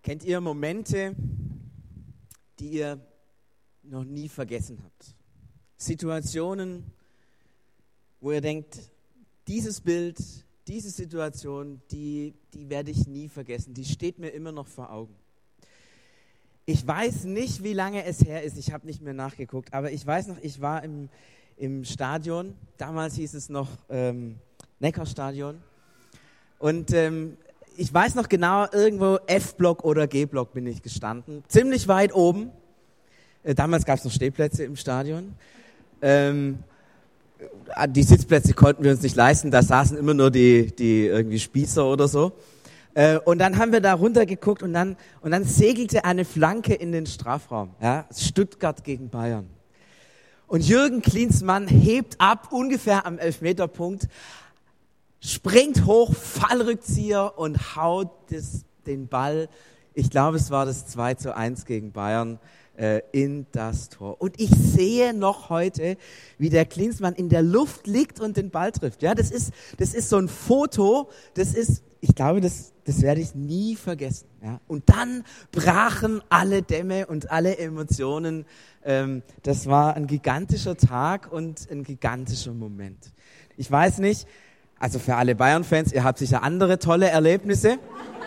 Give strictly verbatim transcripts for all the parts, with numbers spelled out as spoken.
Kennt ihr Momente, die ihr noch nie vergessen habt? Situationen, wo ihr denkt, dieses Bild, diese Situation, die, die werde ich nie vergessen. Die steht mir immer noch vor Augen. Ich weiß nicht, wie lange es her ist. Ich habe nicht mehr nachgeguckt. Aber ich weiß noch, ich war im, im Stadion. Damals hieß es noch ähm, Neckarstadion. Und ähm, ich weiß noch genau, irgendwo F-Block oder G-Block bin ich gestanden. Ziemlich weit oben. Äh, damals gab es noch Stehplätze im Stadion. Ähm, die Sitzplätze konnten wir uns nicht leisten. Da saßen immer nur die, die irgendwie Spießer oder so. Äh, und dann haben wir da runtergeguckt und dann, und dann segelte eine Flanke in den Strafraum. Ja? Stuttgart gegen Bayern. Und Jürgen Klinsmann hebt ab, ungefähr am Elfmeterpunkt, springt hoch, Fallrückzieher und haut das, den Ball, ich glaube es war das zwei zu eins gegen Bayern, äh, in das Tor. Und ich sehe noch heute, wie der Klinsmann in der Luft liegt und den Ball trifft. Ja, das ist, das ist so ein Foto, das ist, ich glaube, das, das werde ich nie vergessen. Ja. Und dann brachen alle Dämme und alle Emotionen. Ähm, das war ein gigantischer Tag und ein gigantischer Moment. Ich weiß nicht, also für alle Bayern-Fans, ihr habt sicher andere tolle Erlebnisse.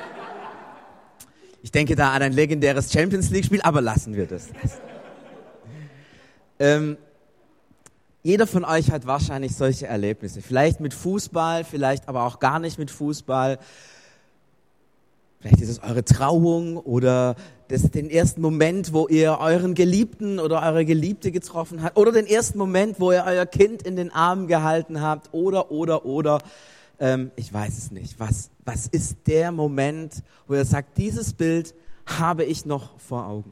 Ich denke da an ein legendäres Champions-League-Spiel, aber lassen wir das. ähm, jeder von euch hat wahrscheinlich solche Erlebnisse. Vielleicht mit Fußball, vielleicht aber auch gar nicht mit Fußball. Vielleicht ist es eure Trauung oder das den ersten Moment, wo ihr euren Geliebten oder eure Geliebte getroffen habt oder den ersten Moment, wo ihr euer Kind in den Armen gehalten habt oder, oder, oder. Ähm, ich weiß es nicht. Was, was ist der Moment, wo ihr sagt, dieses Bild habe ich noch vor Augen?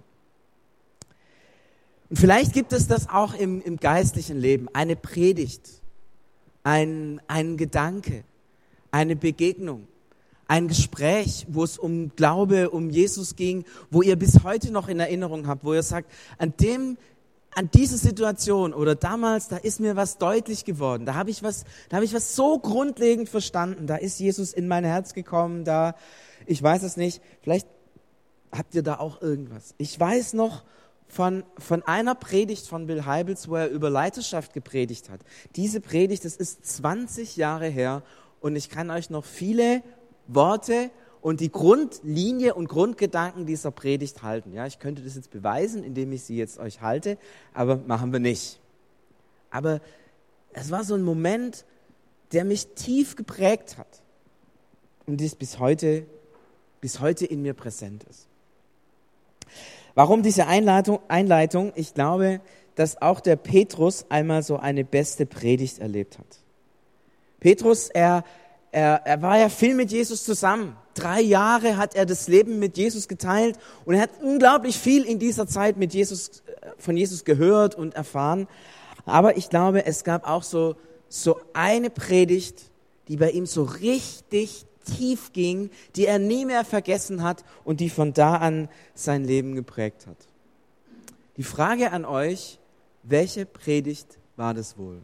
Und vielleicht gibt es das auch im, im geistlichen Leben. Eine Predigt, ein, ein Gedanke, eine Begegnung. Ein Gespräch, wo es um Glaube, um Jesus ging, wo ihr bis heute noch in Erinnerung habt, wo ihr sagt, an dem, an diese Situation oder damals, da ist mir was deutlich geworden, da habe ich was, da habe ich was so grundlegend verstanden, da ist Jesus in mein Herz gekommen, da, ich weiß es nicht, vielleicht habt ihr da auch irgendwas. Ich weiß noch von, von einer Predigt von Bill Hybels, wo er über Leiterschaft gepredigt hat. Diese Predigt, das ist zwanzig Jahre her und ich kann euch noch viele Worte und die Grundlinie und Grundgedanken dieser Predigt halten. Ja, ich könnte das jetzt beweisen, indem ich sie jetzt euch halte, aber machen wir nicht. Aber es war so ein Moment, der mich tief geprägt hat und das bis heute, bis heute in mir präsent ist. Warum diese Einleitung? Einleitung? Ich glaube, dass auch der Petrus einmal so eine beste Predigt erlebt hat. Petrus, er Er, er war ja viel mit Jesus zusammen. Drei Jahre hat er das Leben mit Jesus geteilt und er hat unglaublich viel in dieser Zeit mit Jesus, von Jesus gehört und erfahren. Aber ich glaube, es gab auch so, so eine Predigt, die bei ihm so richtig tief ging, die er nie mehr vergessen hat und die von da an sein Leben geprägt hat. Die Frage an euch, welche Predigt war das wohl?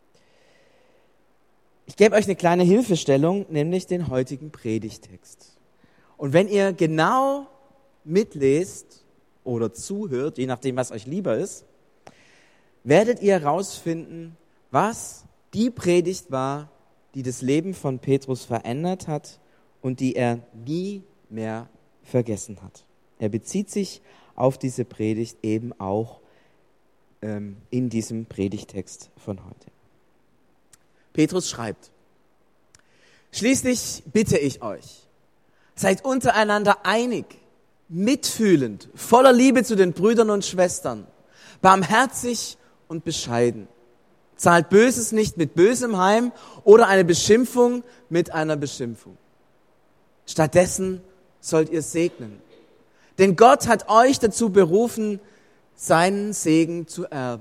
Ich gebe euch eine kleine Hilfestellung, nämlich den heutigen Predigtext. Und wenn ihr genau mitlest oder zuhört, je nachdem, was euch lieber ist, werdet ihr herausfinden, was die Predigt war, die das Leben von Petrus verändert hat und die er nie mehr vergessen hat. Er bezieht sich auf diese Predigt eben auch ähm, in diesem Predigtext von heute. Petrus schreibt: Schließlich bitte ich euch, seid untereinander einig, mitfühlend, voller Liebe zu den Brüdern und Schwestern, barmherzig und bescheiden. Zahlt Böses nicht mit Bösem heim oder eine Beschimpfung mit einer Beschimpfung. Stattdessen sollt ihr segnen. Denn Gott hat euch dazu berufen, seinen Segen zu erben.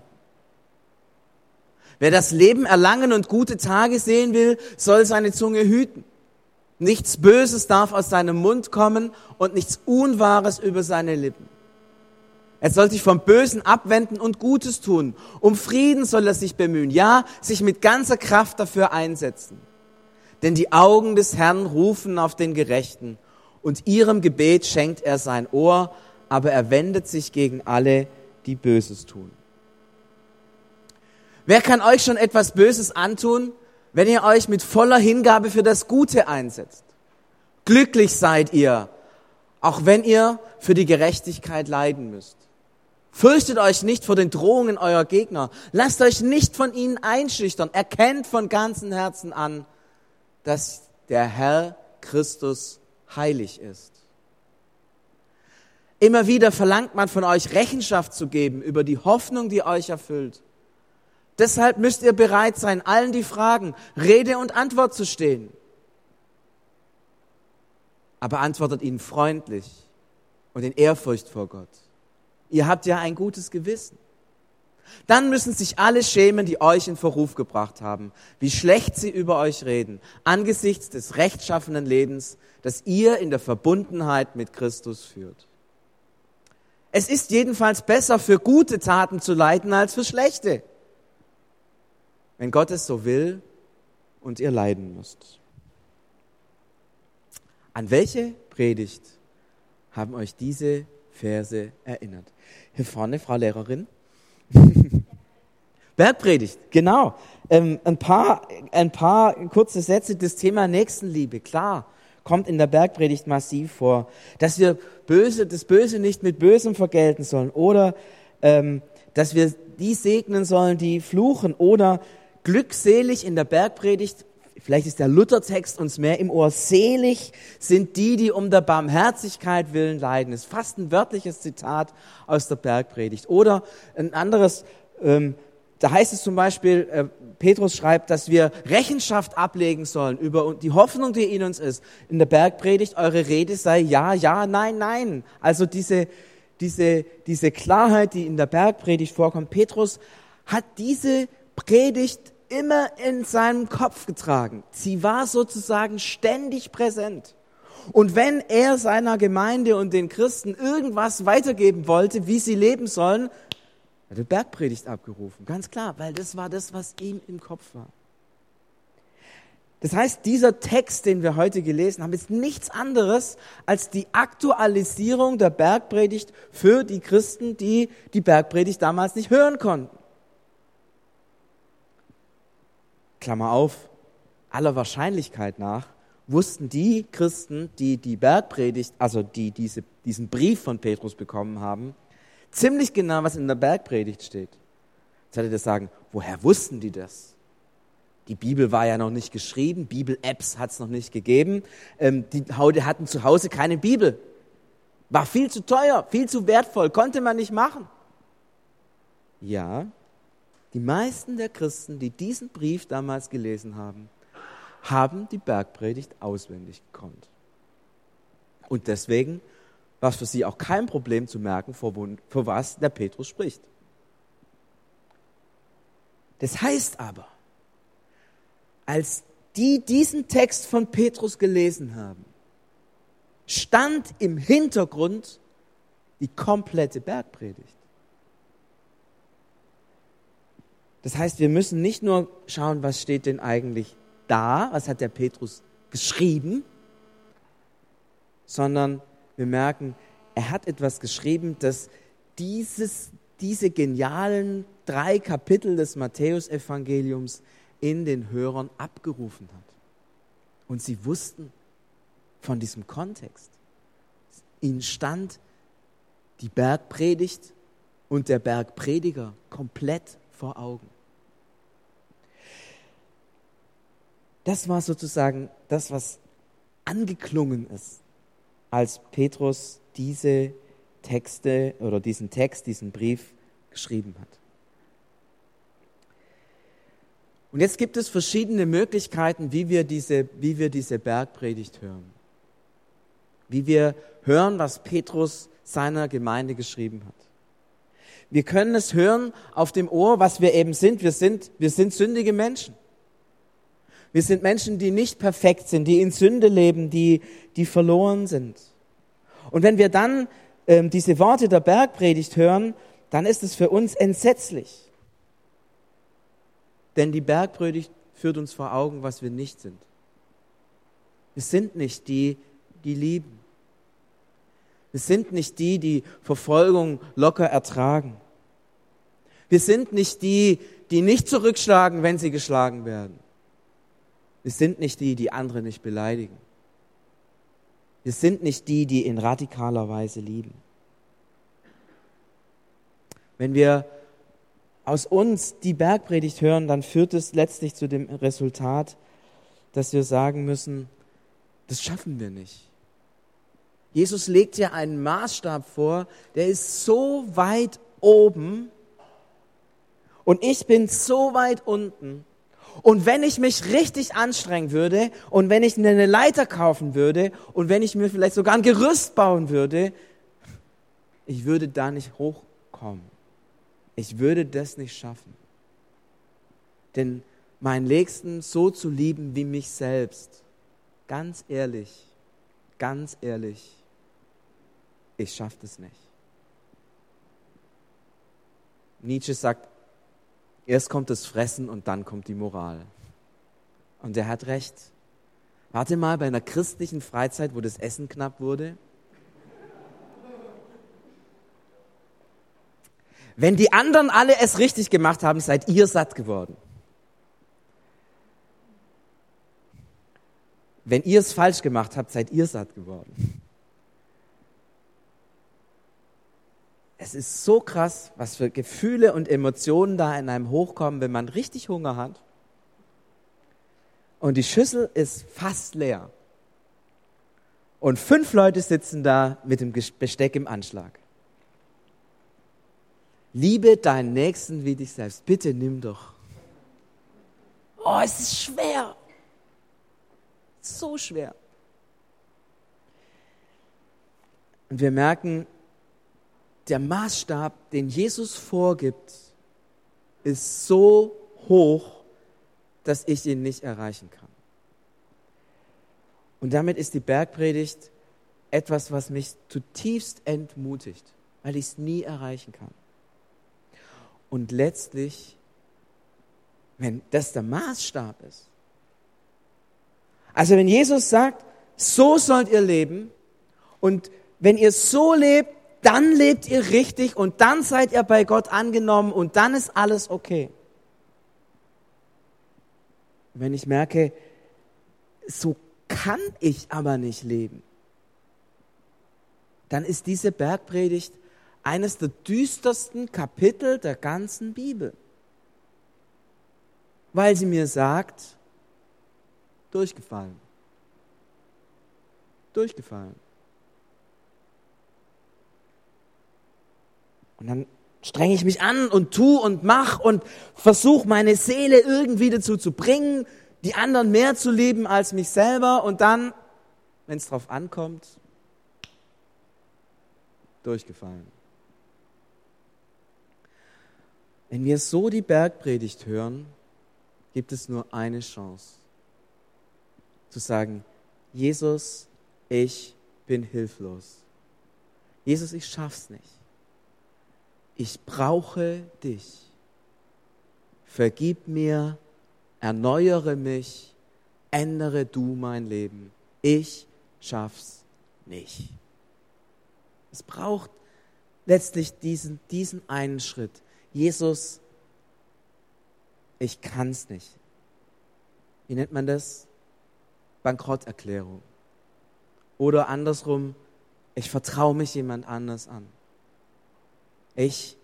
Wer das Leben erlangen und gute Tage sehen will, soll seine Zunge hüten. Nichts Böses darf aus seinem Mund kommen und nichts Unwahres über seine Lippen. Er soll sich vom Bösen abwenden und Gutes tun. Um Frieden soll er sich bemühen, ja, sich mit ganzer Kraft dafür einsetzen. Denn die Augen des Herrn rufen auf den Gerechten und ihrem Gebet schenkt er sein Ohr, aber er wendet sich gegen alle, die Böses tun. Wer kann euch schon etwas Böses antun, wenn ihr euch mit voller Hingabe für das Gute einsetzt? Glücklich seid ihr, auch wenn ihr für die Gerechtigkeit leiden müsst. Fürchtet euch nicht vor den Drohungen eurer Gegner. Lasst euch nicht von ihnen einschüchtern. Erkennt von ganzem Herzen an, dass der Herr Christus heilig ist. Immer wieder verlangt man von euch, Rechenschaft zu geben über die Hoffnung, die euch erfüllt. Deshalb müsst ihr bereit sein, allen die Fragen, Rede und Antwort zu stehen. Aber antwortet ihnen freundlich und in Ehrfurcht vor Gott. Ihr habt ja ein gutes Gewissen. Dann müssen sich alle schämen, die euch in Verruf gebracht haben, wie schlecht sie über euch reden, angesichts des rechtschaffenen Lebens, das ihr in der Verbundenheit mit Christus führt. Es ist jedenfalls besser, für gute Taten zu leiden, als für schlechte, wenn Gott es so will und ihr leiden müsst. An welche Predigt haben euch diese Verse erinnert? Hier vorne, Frau Lehrerin. Bergpredigt, genau. Ähm, ein paar, ein paar kurze Sätze. Das Thema Nächstenliebe, klar, kommt in der Bergpredigt massiv vor. Dass wir Böse, das Böse nicht mit Bösem vergelten sollen oder ähm, dass wir die segnen sollen, die fluchen oder glückselig in der Bergpredigt. Vielleicht ist der Luthertext uns mehr im Ohr. Selig sind die, die um der Barmherzigkeit willen leiden. Das ist fast ein wörtliches Zitat aus der Bergpredigt. Oder ein anderes, ähm, da heißt es zum Beispiel, äh, Petrus schreibt, dass wir Rechenschaft ablegen sollen über die Hoffnung, die in uns ist. In der Bergpredigt, eure Rede sei ja, ja, nein, nein. Also diese, diese, diese Klarheit, die in der Bergpredigt vorkommt. Petrus hat diese Predigt immer in seinem Kopf getragen. Sie war sozusagen ständig präsent. Und wenn er seiner Gemeinde und den Christen irgendwas weitergeben wollte, wie sie leben sollen, hat er Bergpredigt abgerufen. Ganz klar, weil das war das, was ihm im Kopf war. Das heißt, dieser Text, den wir heute gelesen haben, ist nichts anderes als die Aktualisierung der Bergpredigt für die Christen, die die Bergpredigt damals nicht hören konnten. Klammer auf, aller Wahrscheinlichkeit nach wussten die Christen, die die Bergpredigt, also die diese, diesen Brief von Petrus bekommen haben, ziemlich genau, was in der Bergpredigt steht. Jetzt hätte ich das sagen, woher wussten die das? Die Bibel war ja noch nicht geschrieben, Bibel-Apps hat es noch nicht gegeben, ähm, die hatten zu Hause keine Bibel. War viel zu teuer, viel zu wertvoll, konnte man nicht machen. Ja, die meisten der Christen, die diesen Brief damals gelesen haben, haben die Bergpredigt auswendig gekonnt. Und deswegen war es für sie auch kein Problem zu merken, vor, vor was der Petrus spricht. Das heißt aber, als die diesen Text von Petrus gelesen haben, stand im Hintergrund die komplette Bergpredigt. Das heißt, wir müssen nicht nur schauen, was steht denn eigentlich da, was hat der Petrus geschrieben, sondern wir merken, er hat etwas geschrieben, das dieses, diese genialen drei Kapitel des Matthäusevangeliums in den Hörern abgerufen hat. Und sie wussten von diesem Kontext. Ihnen stand die Bergpredigt und der Bergprediger komplett vor Augen. Das war sozusagen das, was angeklungen ist, als Petrus diese Texte oder diesen Text, diesen Brief geschrieben hat. Und jetzt gibt es verschiedene Möglichkeiten, wie wir diese, wie wir diese Bergpredigt hören. Wie wir hören, was Petrus seiner Gemeinde geschrieben hat. Wir können es hören auf dem Ohr, was wir eben sind. Wir sind, wir sind sündige Menschen. Wir sind Menschen, die nicht perfekt sind, die in Sünde leben, die, die verloren sind. Und wenn wir dann ähm, diese Worte der Bergpredigt hören, dann ist es für uns entsetzlich. Denn die Bergpredigt führt uns vor Augen, was wir nicht sind. Wir sind nicht die, die lieben. Wir sind nicht die, die Verfolgung locker ertragen. Wir sind nicht die, die nicht zurückschlagen, wenn sie geschlagen werden. Wir sind nicht die, die andere nicht beleidigen. Wir sind nicht die, die in radikaler Weise lieben. Wenn wir aus uns die Bergpredigt hören, dann führt es letztlich zu dem Resultat, dass wir sagen müssen, das schaffen wir nicht. Jesus legt ja einen Maßstab vor, der ist so weit oben und ich bin so weit unten. Und wenn ich mich richtig anstrengen würde und wenn ich eine Leiter kaufen würde und wenn ich mir vielleicht sogar ein Gerüst bauen würde, ich würde da nicht hochkommen. Ich würde das nicht schaffen. Denn meinen Nächsten so zu lieben wie mich selbst, ganz ehrlich, ganz ehrlich, ich schaffe das nicht. Nietzsche sagt, erst kommt das Fressen und dann kommt die Moral. Und er hat recht. Warte mal, bei einer christlichen Freizeit, wo das Essen knapp wurde. Wenn die anderen alle es richtig gemacht haben, seid ihr satt geworden. Wenn ihr es falsch gemacht habt, seid ihr satt geworden. Es ist so krass, was für Gefühle und Emotionen da in einem hochkommen, wenn man richtig Hunger hat. Und die Schüssel ist fast leer. Und fünf Leute sitzen da mit dem Besteck im Anschlag. Liebe deinen Nächsten wie dich selbst. Bitte nimm doch. Oh, es ist schwer. So schwer. Und wir merken, der Maßstab, den Jesus vorgibt, ist so hoch, dass ich ihn nicht erreichen kann. Und damit ist die Bergpredigt etwas, was mich zutiefst entmutigt, weil ich es nie erreichen kann. Und letztlich, wenn das der Maßstab ist, also wenn Jesus sagt, so sollt ihr leben und wenn ihr so lebt, dann lebt ihr richtig und dann seid ihr bei Gott angenommen und dann ist alles okay. Wenn ich merke, so kann ich aber nicht leben, dann ist diese Bergpredigt eines der düstersten Kapitel der ganzen Bibel. Weil sie mir sagt, durchgefallen. Durchgefallen. Und dann strenge ich mich an und tu und mach und versuche meine Seele irgendwie dazu zu bringen, die anderen mehr zu lieben als mich selber. Und dann, wenn es drauf ankommt, durchgefallen. Wenn wir so die Bergpredigt hören, gibt es nur eine Chance. Zu sagen, Jesus, ich bin hilflos. Jesus, ich schaff's nicht. Ich brauche dich. Vergib mir, erneuere mich, ändere du mein Leben. Ich schaff's nicht. Es braucht letztlich diesen, diesen einen Schritt. Jesus, ich kann's nicht. Wie nennt man das? Bankrotterklärung. Oder andersrum, ich vertraue mich jemand anders an. Ich,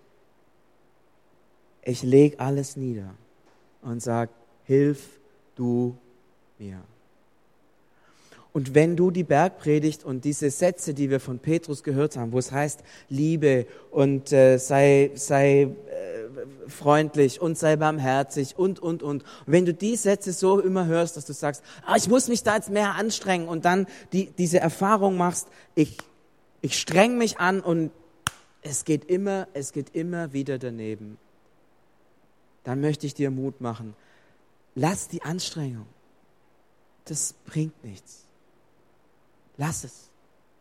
ich lege alles nieder und sage, hilf du mir. Und wenn du die Bergpredigt und diese Sätze, die wir von Petrus gehört haben, wo es heißt, liebe und äh, sei, sei äh, freundlich und sei barmherzig und, und, und. Und wenn du die Sätze so immer hörst, dass du sagst, ah, ich muss mich da jetzt mehr anstrengen und dann die, diese Erfahrung machst, ich, ich streng mich an und es geht immer, es geht immer wieder daneben. Dann möchte ich dir Mut machen. Lass die Anstrengung. Das bringt nichts. Lass es.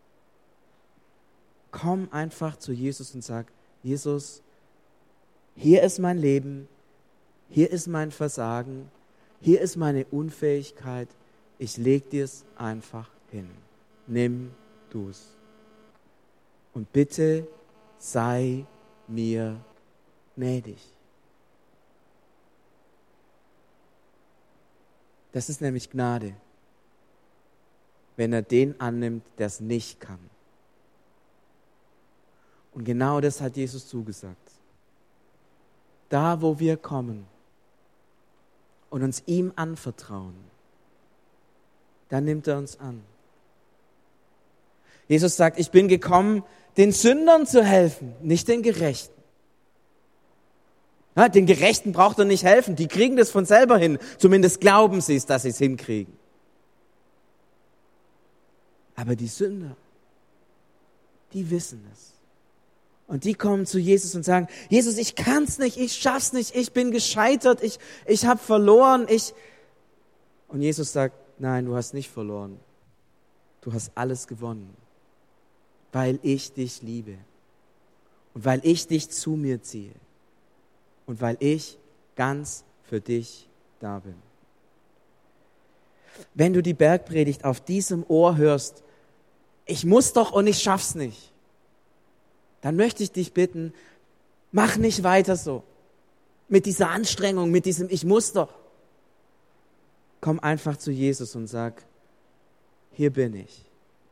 Komm einfach zu Jesus und sag, Jesus, hier ist mein Leben, hier ist mein Versagen, hier ist meine Unfähigkeit. Ich leg dir es einfach hin. Nimm du's. und bitte sei mir gnädig. Das ist nämlich Gnade, wenn er den annimmt, der es nicht kann. Und genau das hat Jesus zugesagt. Da, wo wir kommen und uns ihm anvertrauen, da nimmt er uns an. Jesus sagt, ich bin gekommen, den Sündern zu helfen, nicht den Gerechten. Ja, den Gerechten braucht er nicht helfen, die kriegen das von selber hin. Zumindest glauben sie es, dass sie es hinkriegen. Aber die Sünder, die wissen es. Und die kommen zu Jesus und sagen, Jesus, ich kann's nicht, ich schaff's nicht, ich bin gescheitert, ich, ich habe verloren. Ich Und Jesus sagt, nein, du hast nicht verloren. Du hast alles gewonnen, weil ich dich liebe und weil ich dich zu mir ziehe und weil ich ganz für dich da bin. Wenn du die Bergpredigt auf diesem Ohr hörst, ich muss doch und ich schaff's nicht, dann möchte ich dich bitten, mach nicht weiter so. Mit dieser Anstrengung, mit diesem Ich muss doch. Komm einfach zu Jesus und sag, hier bin ich.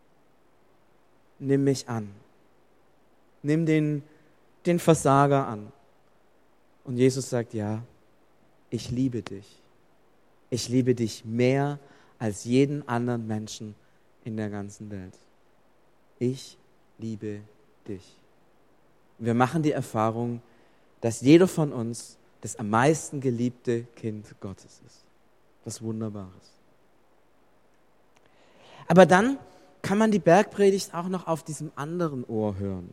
Nimm mich an. Nimm den, den Versager an. Und Jesus sagt, ja, ich liebe dich. Ich liebe dich mehr als jeden anderen Menschen in der ganzen Welt. Ich liebe dich. Wir machen die Erfahrung, dass jeder von uns das am meisten geliebte Kind Gottes ist. Was Wunderbares. Aber dann kann man die Bergpredigt auch noch auf diesem anderen Ohr hören.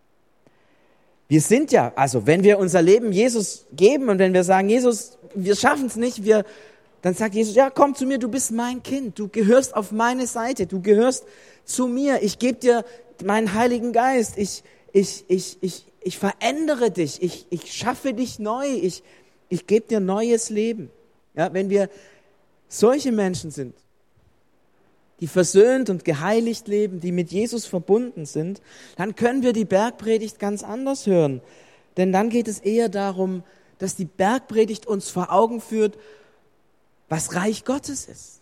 Wir sind ja, also wenn wir unser Leben Jesus geben und wenn wir sagen, Jesus, wir schaffen es nicht, wir, dann sagt Jesus, ja, komm zu mir, du bist mein Kind, du gehörst auf meine Seite, du gehörst zu mir, ich gebe dir meinen Heiligen Geist, ich Ich, ich, ich, ich verändere dich, ich, ich schaffe dich neu, ich, ich gebe dir neues Leben. Ja, wenn wir solche Menschen sind, die versöhnt und geheiligt leben, die mit Jesus verbunden sind, dann können wir die Bergpredigt ganz anders hören. Denn dann geht es eher darum, dass die Bergpredigt uns vor Augen führt, was Reich Gottes ist.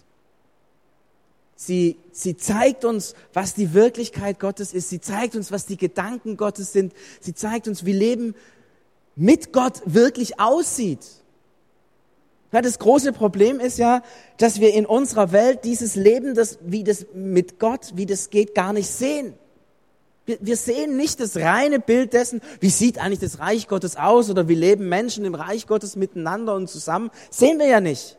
Sie, sie zeigt uns, was die Wirklichkeit Gottes ist. Sie zeigt uns, was die Gedanken Gottes sind. Sie zeigt uns, wie Leben mit Gott wirklich aussieht. Ja, das große Problem ist ja, dass wir in unserer Welt dieses Leben, das, wie das mit Gott, wie das geht, gar nicht sehen. Wir, wir sehen nicht das reine Bild dessen, wie sieht eigentlich das Reich Gottes aus oder wie leben Menschen im Reich Gottes miteinander und zusammen. Sehen wir ja nicht.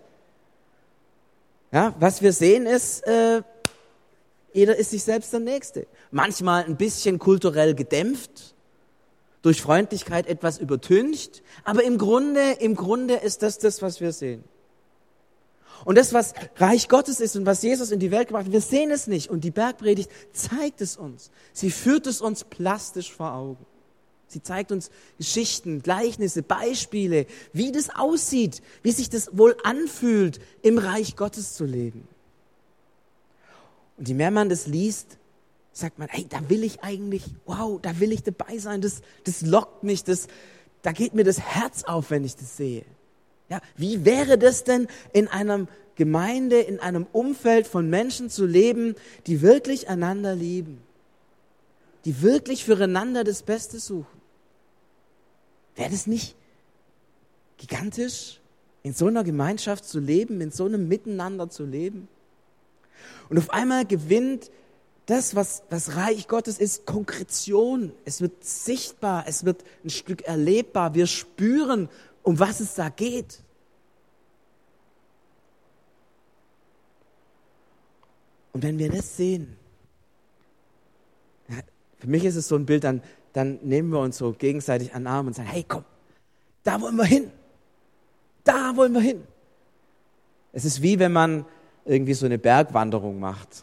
Ja, was wir sehen ist, äh, jeder ist sich selbst der Nächste. Manchmal ein bisschen kulturell gedämpft, durch Freundlichkeit etwas übertüncht, aber im Grunde, im Grunde ist das das, was wir sehen. Und das, was Reich Gottes ist und was Jesus in die Welt gebracht hat, wir sehen es nicht. Und die Bergpredigt zeigt es uns. Sie führt es uns plastisch vor Augen. Sie zeigt uns Geschichten, Gleichnisse, Beispiele, wie das aussieht, wie sich das wohl anfühlt, im Reich Gottes zu leben. Und je mehr man das liest, sagt man, hey, da will ich eigentlich, wow, da will ich dabei sein, das, das lockt mich, das, da geht mir das Herz auf, wenn ich das sehe. Ja, wie wäre das denn, in einer Gemeinde, in einem Umfeld von Menschen zu leben, die wirklich einander lieben, die wirklich füreinander das Beste suchen? Wäre das nicht gigantisch, in so einer Gemeinschaft zu leben, in so einem Miteinander zu leben? Und auf einmal gewinnt das, was, was Reich Gottes ist, Konkretion. Es wird sichtbar, es wird ein Stück erlebbar. Wir spüren, um was es da geht. Und wenn wir das sehen, ja, für mich ist es so ein Bild, dann, dann nehmen wir uns so gegenseitig an den Arm und sagen, hey, komm, da wollen wir hin. Da wollen wir hin. Es ist wie wenn man irgendwie so eine Bergwanderung macht.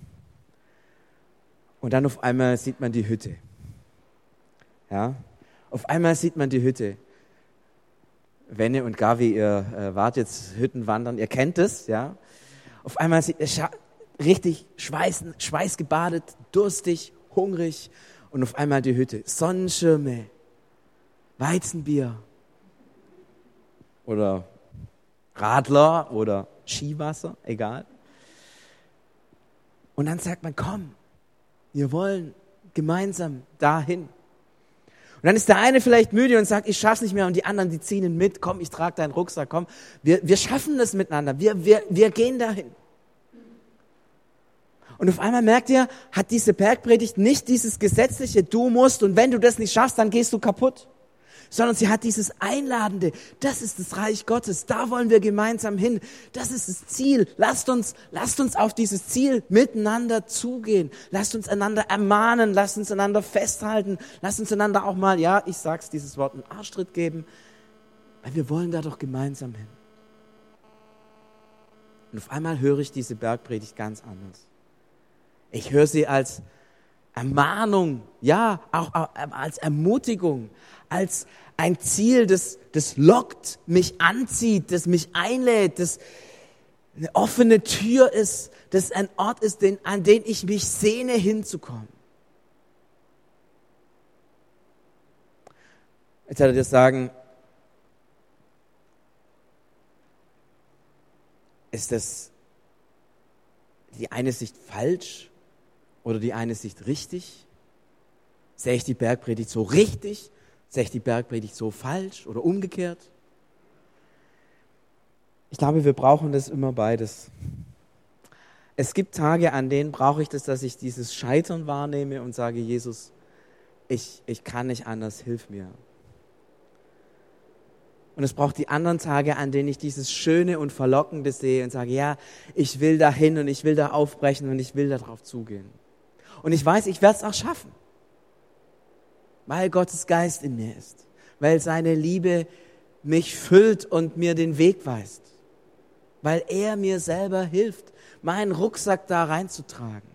Und dann auf einmal sieht man die Hütte. Ja, auf einmal sieht man die Hütte. Wenne und Gavi, ihr äh, wart jetzt Hüttenwandern, ihr kennt es, ja. Auf einmal sieht ihr richtig schweißen, schweißgebadet, durstig, hungrig. Und auf einmal die Hütte, Sonnenschirme, Weizenbier oder Radler oder Skiwasser, egal. Und dann sagt man, komm, wir wollen gemeinsam dahin. Und dann ist der eine vielleicht müde und sagt, ich schaff's nicht mehr, und die anderen, die ziehen ihn mit, komm, ich trage deinen Rucksack, komm, wir, wir schaffen das miteinander, wir, wir, wir gehen dahin. Und auf einmal merkt ihr, hat diese Bergpredigt nicht dieses gesetzliche, du musst, und wenn du das nicht schaffst, dann gehst du kaputt. Sondern sie hat dieses Einladende, das ist das Reich Gottes, da wollen wir gemeinsam hin, das ist das Ziel. Lasst uns, lasst uns auf dieses Ziel miteinander zugehen, lasst uns einander ermahnen, lasst uns einander festhalten, lasst uns einander auch mal, ja, ich sag's, dieses Wort, einen Arschtritt geben, weil wir wollen da doch gemeinsam hin. Und auf einmal höre ich diese Bergpredigt ganz anders. Ich höre sie als Ermahnung, ja, auch als Ermutigung, als ein Ziel, das, das lockt, mich anzieht, das mich einlädt, das eine offene Tür ist, das ein Ort ist, den, an den ich mich sehne, hinzukommen. Jetzt werdet ihr sagen, ist das die eine Sicht falsch oder die eine Sicht richtig? Sehe ich die Bergpredigt so richtig? Sehe ich die Bergpredigt so falsch oder umgekehrt? Ich glaube, wir brauchen das immer beides. Es gibt Tage, an denen brauche ich das, dass ich dieses Scheitern wahrnehme und sage, Jesus, ich, ich kann nicht anders, hilf mir. Und es braucht die anderen Tage, an denen ich dieses Schöne und Verlockende sehe und sage, ja, ich will da hin und ich will da aufbrechen und ich will da drauf zugehen. Und ich weiß, ich werde es auch schaffen, weil Gottes Geist in mir ist, weil seine Liebe mich füllt und mir den Weg weist, weil er mir selber hilft, meinen Rucksack da reinzutragen.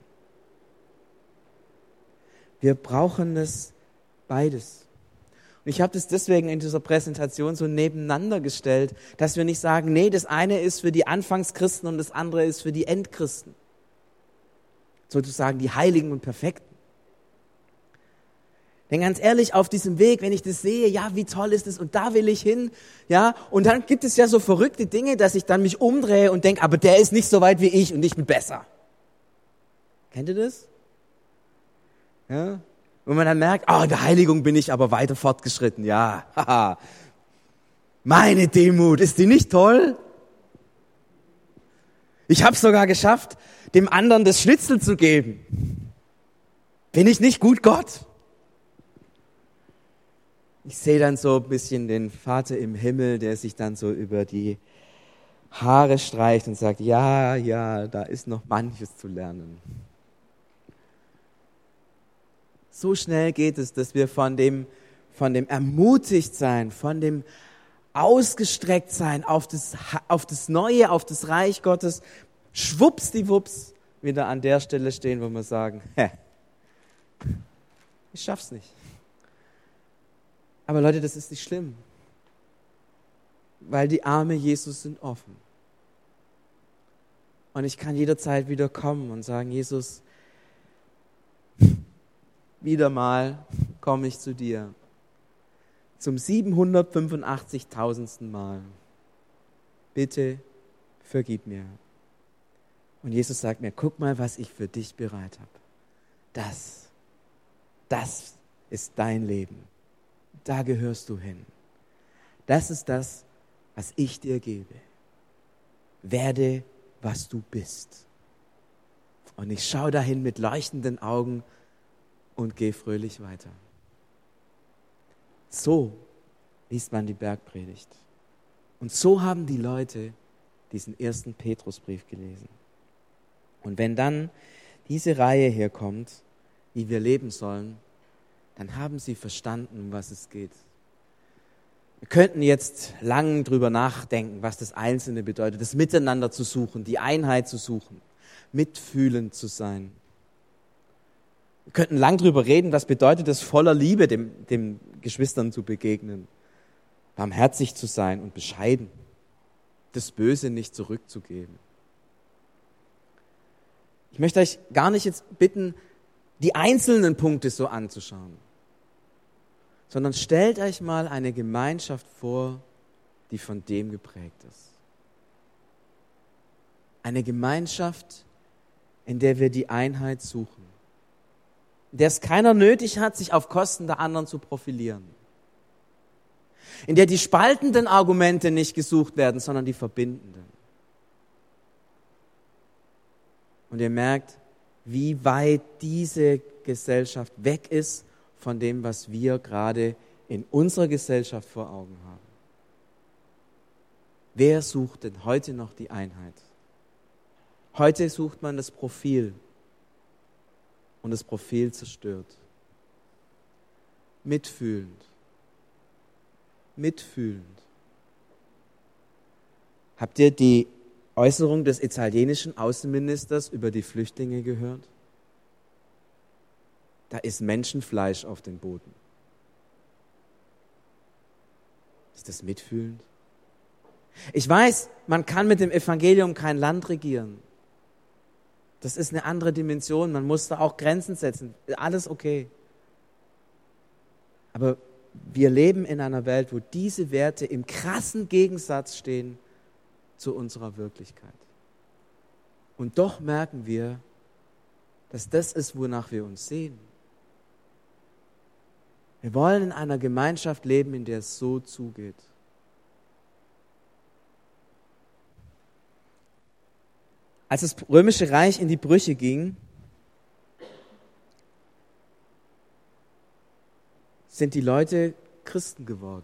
Wir brauchen es beides. Und ich habe das deswegen in dieser Präsentation so nebeneinander gestellt, dass wir nicht sagen, nee, das eine ist für die Anfangschristen und das andere ist für die Endchristen. Sozusagen die Heiligen und Perfekten. Denn ganz ehrlich, auf diesem Weg, wenn ich das sehe, ja, wie toll ist es und da will ich hin, ja, und dann gibt es ja so verrückte Dinge, dass ich dann mich umdrehe und denke, aber der ist nicht so weit wie ich und ich bin besser. Kennt ihr das? Ja? Wo man dann merkt, oh, in der Heiligung bin ich aber weiter fortgeschritten, ja, haha. Meine Demut, ist die nicht toll? Ich habe es sogar geschafft, dem anderen das Schnitzel zu geben. Bin ich nicht gut, Gott? Ich sehe dann so ein bisschen den Vater im Himmel, der sich dann so über die Haare streicht und sagt, ja, ja, da ist noch manches zu lernen. So schnell geht es, dass wir von dem, von dem Ermutigtsein, von dem Ausgestrecktsein auf das, auf das Neue, auf das Reich Gottes, schwuppsdiwupps wieder an der Stelle stehen, wo wir sagen, hä, ich schaff's nicht. Aber Leute, das ist nicht schlimm, weil die Arme Jesus sind offen. Und ich kann jederzeit wieder kommen und sagen, Jesus, wieder mal komme ich zu dir. Zum siebenhundertfünfundachtzigtausendsten Mal. Bitte vergib mir. Und Jesus sagt mir, guck mal, was ich für dich bereit habe. Das, das ist dein Leben. Da gehörst du hin. Das ist das, was ich dir gebe. Werde, was du bist. Und ich schaue dahin mit leuchtenden Augen und gehe fröhlich weiter. So liest man die Bergpredigt. Und so haben die Leute diesen ersten Petrusbrief gelesen. Und wenn dann diese Reihe hier kommt, wie wir leben sollen, dann haben sie verstanden, um was es geht. Wir könnten jetzt lang drüber nachdenken, was das Einzelne bedeutet, das Miteinander zu suchen, die Einheit zu suchen, mitfühlend zu sein. Wir könnten lang drüber reden, was bedeutet es, voller Liebe dem, dem Geschwistern zu begegnen, barmherzig zu sein und bescheiden, das Böse nicht zurückzugeben. Ich möchte euch gar nicht jetzt bitten, die einzelnen Punkte so anzuschauen, sondern stellt euch mal eine Gemeinschaft vor, die von dem geprägt ist. Eine Gemeinschaft, in der wir die Einheit suchen, in der es keiner nötig hat, sich auf Kosten der anderen zu profilieren, in der die spaltenden Argumente nicht gesucht werden, sondern die verbindenden. Und ihr merkt, wie weit diese Gesellschaft weg ist von dem, was wir gerade in unserer Gesellschaft vor Augen haben. Wer sucht denn heute noch die Einheit? Heute sucht man das Profil und das Profil zerstört. Mitfühlend. Mitfühlend. Habt ihr die Äußerung des italienischen Außenministers über die Flüchtlinge gehört? Da ist Menschenfleisch auf dem Boden. Ist das mitfühlend? Ich weiß, man kann mit dem Evangelium kein Land regieren. Das ist eine andere Dimension. Man muss da auch Grenzen setzen. Alles okay. Aber wir leben in einer Welt, wo diese Werte im krassen Gegensatz stehen zu unserer Wirklichkeit. Und doch merken wir, dass das ist, wonach wir uns sehen. Wir wollen in einer Gemeinschaft leben, in der es so zugeht. Als das Römische Reich in die Brüche ging, sind die Leute Christen geworden.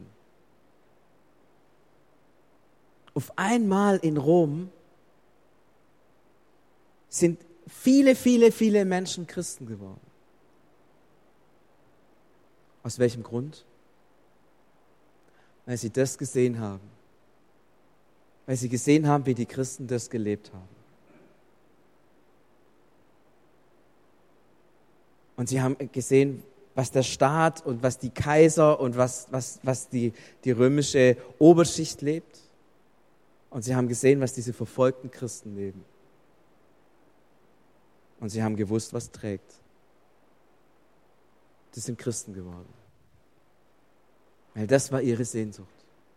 Auf einmal in Rom sind viele, viele, viele Menschen Christen geworden. Aus welchem Grund? Weil sie das gesehen haben. Weil sie gesehen haben, wie die Christen das gelebt haben. Und sie haben gesehen, was der Staat und was die Kaiser und was, was, was die, die römische Oberschicht lebt. Und sie haben gesehen, was diese verfolgten Christen leben. Und sie haben gewusst, was trägt. Sie sind Christen geworden. Weil das war ihre Sehnsucht.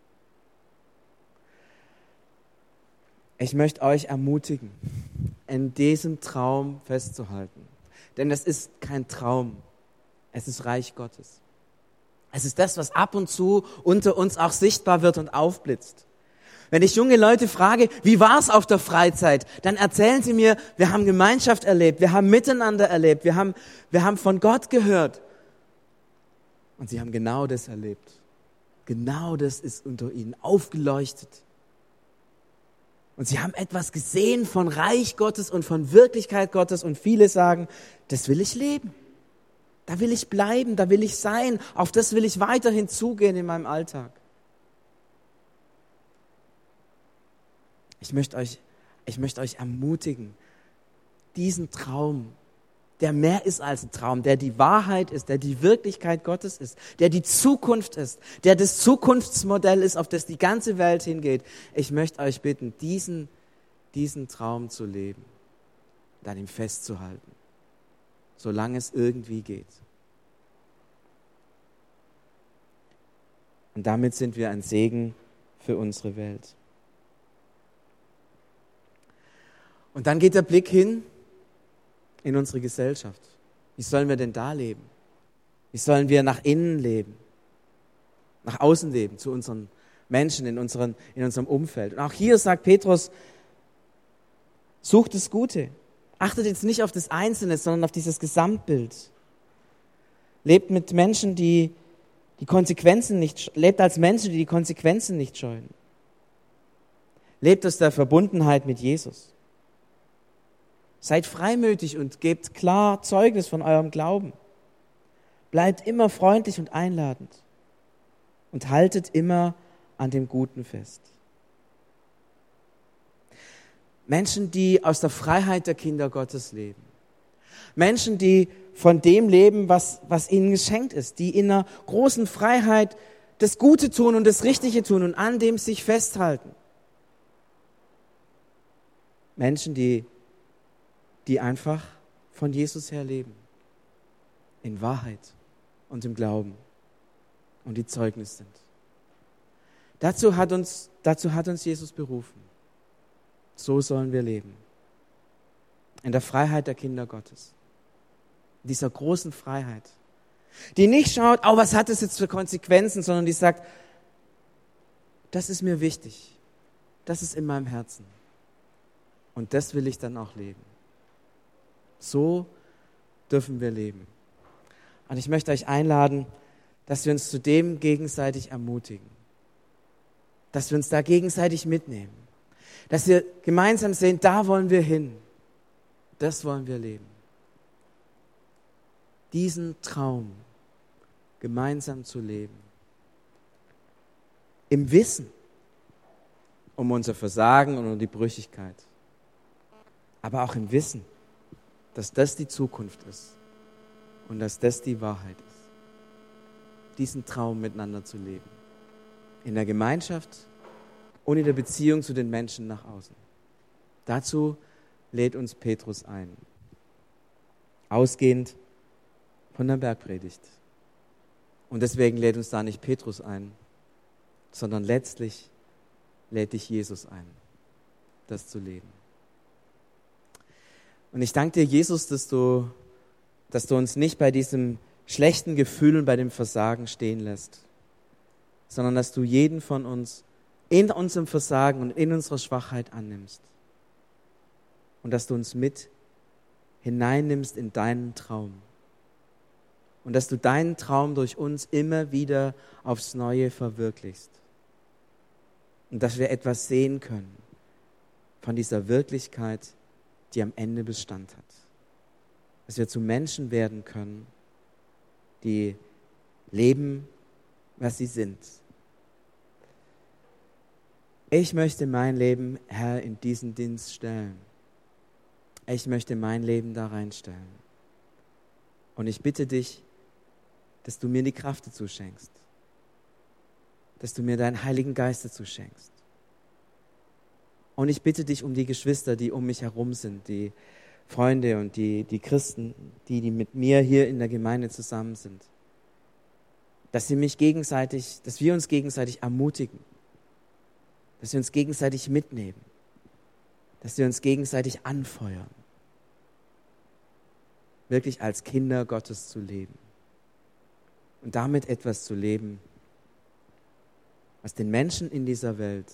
Ich möchte euch ermutigen, in diesem Traum festzuhalten. Denn es ist kein Traum, es ist Reich Gottes. Es ist das, was ab und zu unter uns auch sichtbar wird und aufblitzt. Wenn ich junge Leute frage, wie war es auf der Freizeit, dann erzählen sie mir, wir haben Gemeinschaft erlebt, wir haben Miteinander erlebt, wir haben, wir haben von Gott gehört. Und sie haben genau das erlebt. Genau das ist unter ihnen aufgeleuchtet. Und sie haben etwas gesehen von Reich Gottes und von Wirklichkeit Gottes und viele sagen, das will ich leben. Da will ich bleiben, da will ich sein, auf das will ich weiterhin zugehen in meinem Alltag. Ich möchte euch, ich möchte euch ermutigen, diesen Traum, der mehr ist als ein Traum, der die Wahrheit ist, der die Wirklichkeit Gottes ist, der die Zukunft ist, der das Zukunftsmodell ist, auf das die ganze Welt hingeht. Ich möchte euch bitten, diesen, diesen Traum zu leben und an ihm festzuhalten, solange es irgendwie geht. Und damit sind wir ein Segen für unsere Welt. Und dann geht der Blick hin in unsere Gesellschaft. Wie sollen wir denn da leben? Wie sollen wir nach innen leben? Nach außen leben, zu unseren Menschen in, unseren, in unserem Umfeld. Und auch hier sagt Petrus, sucht das Gute. Achtet jetzt nicht auf das Einzelne, sondern auf dieses Gesamtbild. Lebt mit Menschen, die die Konsequenzen nicht, lebt als Menschen, die die Konsequenzen nicht scheuen. Lebt aus der Verbundenheit mit Jesus. Seid freimütig und gebt klar Zeugnis von eurem Glauben. Bleibt immer freundlich und einladend und haltet immer an dem Guten fest. Menschen, die aus der Freiheit der Kinder Gottes leben. Menschen, die von dem leben, was, was ihnen geschenkt ist, die in einer großen Freiheit das Gute tun und das Richtige tun und an dem sich festhalten. Menschen, die die einfach von Jesus her leben. in Wahrheit und im Glauben und die Zeugnis sind. Dazu hat uns, dazu hat uns Jesus berufen. So sollen wir leben. In der Freiheit der Kinder Gottes. In dieser großen Freiheit. Die nicht schaut, oh, was hat das jetzt für Konsequenzen, sondern die sagt, das ist mir wichtig. Das ist in meinem Herzen. Und das will ich dann auch leben. So dürfen wir leben. Und ich möchte euch einladen, dass wir uns zu dem gegenseitig ermutigen. Dass wir uns da gegenseitig mitnehmen. Dass wir gemeinsam sehen, da wollen wir hin. Das wollen wir leben. Diesen Traum gemeinsam zu leben. Im Wissen um unser Versagen und um die Brüchigkeit. Aber auch im Wissen, dass das die Zukunft ist und dass das die Wahrheit ist. Diesen Traum miteinander zu leben. In der Gemeinschaft und in der Beziehung zu den Menschen nach außen. Dazu lädt uns Petrus ein. Ausgehend von der Bergpredigt. Und deswegen lädt uns da nicht Petrus ein, sondern letztlich lädt dich Jesus ein, das zu leben. Und ich danke dir, Jesus, dass du, dass du uns nicht bei diesem schlechten Gefühl und bei dem Versagen stehen lässt, sondern dass du jeden von uns in unserem Versagen und in unserer Schwachheit annimmst. Und dass du uns mit hineinnimmst in deinen Traum. Und dass du deinen Traum durch uns immer wieder aufs Neue verwirklichst. Und dass wir etwas sehen können von dieser Wirklichkeit, die am Ende Bestand hat. Dass wir zu Menschen werden können, die leben, was sie sind. Ich möchte mein Leben, Herr, in diesen Dienst stellen. Ich möchte mein Leben da reinstellen. Und ich bitte dich, dass du mir die Kraft dazu schenkst. Dass du mir deinen Heiligen Geist dazu schenkst. Und ich bitte dich um die Geschwister, die um mich herum sind, die Freunde und die, die Christen, die, die mit mir hier in der Gemeinde zusammen sind. Dass sie mich gegenseitig, dass wir uns gegenseitig ermutigen. Dass wir uns gegenseitig mitnehmen. Dass wir uns gegenseitig anfeuern. Wirklich als Kinder Gottes zu leben. Und damit etwas zu leben, was den Menschen in dieser Welt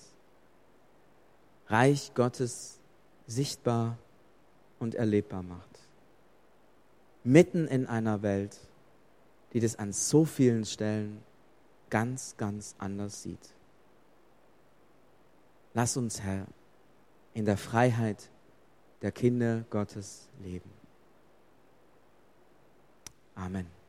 Reich Gottes sichtbar und erlebbar macht. Mitten in einer Welt, die das an so vielen Stellen ganz, ganz anders sieht. Lass uns, Herr, in der Freiheit der Kinder Gottes leben. Amen.